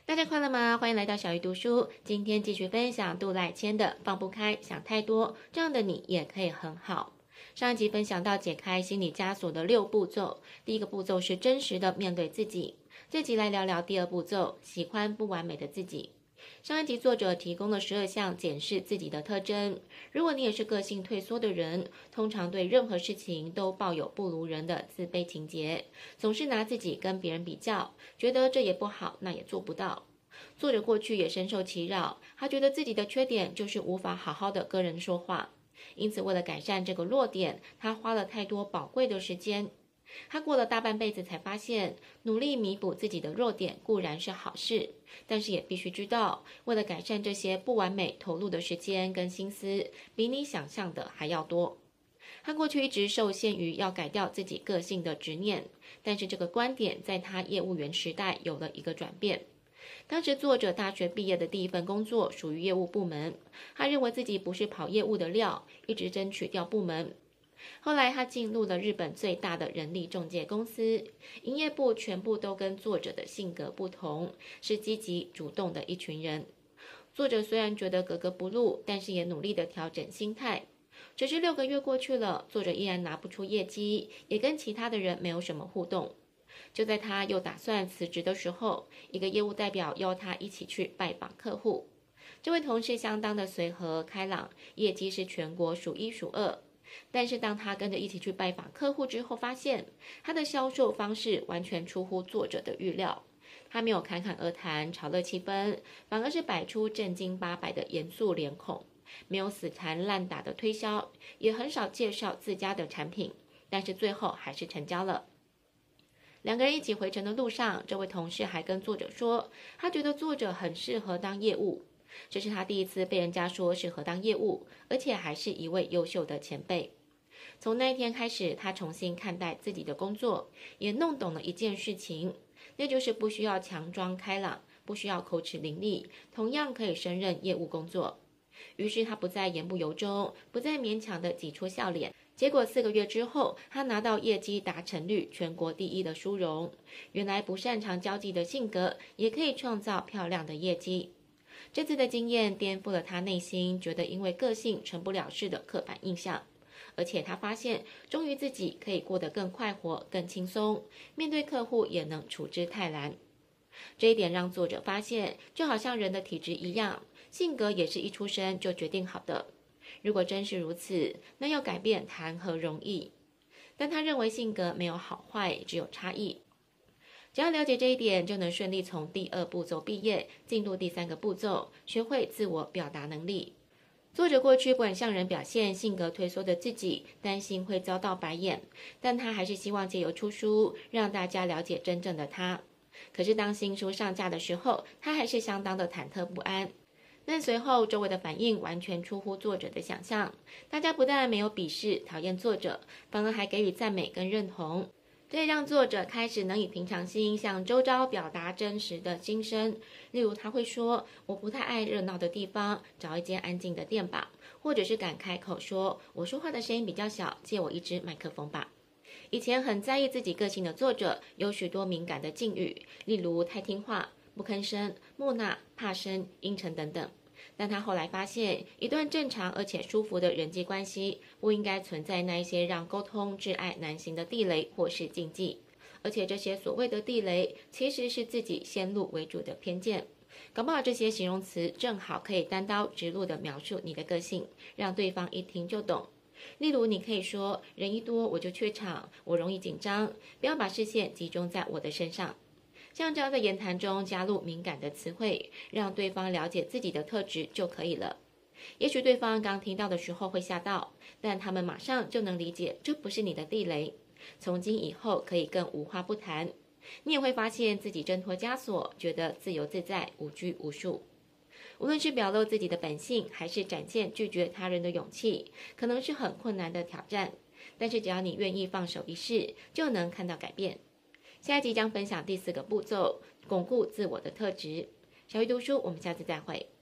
大家快乐吗？欢迎来到小鱼读书。今天继续分享杜赖谦的《放不开，想太多，这样的你也可以很好》。上一集分享到解开心理枷锁的6步骤，第一个步骤是真实的面对自己。这集来聊聊第二步骤，喜欢不完美的自己。上一集作者提供了12项检视自己的特征。如果你也是个性退缩的人，通常对任何事情都抱有不如人的自卑情节，总是拿自己跟别人比较，觉得这也不好，那也做不到。作者过去也深受其扰，他觉得自己的缺点就是无法好好的跟人说话，因此为了改善这个弱点，他花了太多宝贵的时间。他过了大半辈子才发现，努力弥补自己的弱点固然是好事，但是也必须知道，为了改善这些不完美，投入的时间跟心思，比你想象的还要多。他过去一直受限于要改掉自己个性的执念，但是这个观点在他业务员时代有了一个转变。当时作者大学毕业的第一份工作属于业务部门，他认为自己不是跑业务的料，一直争取调部门。后来他进入了日本最大的人力中介公司，营业部全部都跟作者的性格不同，是积极主动的一群人。作者虽然觉得格格不入，但是也努力的调整心态。只是6个月过去了，作者依然拿不出业绩，也跟其他的人没有什么互动。就在他又打算辞职的时候，一个业务代表邀他一起去拜访客户。这位同事相当的随和开朗，业绩是全国数1数2。但是当他跟着一起去拜访客户之后，发现他的销售方式完全出乎作者的预料。他没有侃侃而谈、炒热气氛，反而是摆出正经八百的严肃脸孔，没有死缠烂打的推销，也很少介绍自家的产品，但是最后还是成交了。2个人一起回程的路上，这位同事还跟作者说，他觉得作者很适合当业务。这是他第一次被人家说适合当业务，而且还是一位优秀的前辈。从那一天开始，他重新看待自己的工作，也弄懂了一件事情，那就是不需要强装开朗，不需要口齿伶俐，同样可以胜任业务工作。于是他不再言不由衷，不再勉强的挤出笑脸。结果4个月之后，他拿到业绩达成率全国第1的殊荣。原来不擅长交际的性格，也可以创造漂亮的业绩。这次的经验颠覆了他内心觉得因为个性成不了事的刻板印象，而且他发现终于自己可以过得更快活、更轻松，面对客户也能处之泰然。这一点让作者发现，就好像人的体质一样，性格也是一出生就决定好的。如果真是如此，那要改变谈何容易？但他认为性格没有好坏，只有差异。只要了解这一点，就能顺利从第2步骤毕业，进入第3个步骤，学会自我表达能力。作者过去不敢向人表现性格退缩的自己，担心会遭到白眼，但他还是希望借由出书，让大家了解真正的他。可是当新书上架的时候，他还是相当的忐忑不安。但随后周围的反应完全出乎作者的想象，大家不但没有鄙视、讨厌作者，反而还给予赞美跟认同。这也让作者开始能以平常心向周遭表达真实的心声。例如他会说，我不太爱热闹的地方，找一间安静的店吧，或者是敢开口说，我说话的声音比较小，借我一支麦克风吧。以前很在意自己个性的作者，有许多敏感的境语，例如太听话、不吭声、木讷、怕生、阴沉等等。但他后来发现，一段正常而且舒服的人际关系，不应该存在那一些让沟通挚爱难行的地雷或是禁忌。而且这些所谓的地雷，其实是自己先入为主的偏见。搞不好这些形容词正好可以单刀直入地描述你的个性，让对方一听就懂。例如你可以说，人一多我就怯场，我容易紧张，不要把视线集中在我的身上。像这样的言谈中加入敏感的词汇，让对方了解自己的特质就可以了。也许对方刚听到的时候会吓到，但他们马上就能理解这不是你的地雷，从今以后可以更无话不谈。你也会发现自己挣脱枷锁，觉得自由自在，无拘无束。无论是表露自己的本性，还是展现拒绝他人的勇气，可能是很困难的挑战，但是只要你愿意放手一试，就能看到改变。下一集将分享第4个步骤，巩固自我的特质。小鱼读书，我们下次再会。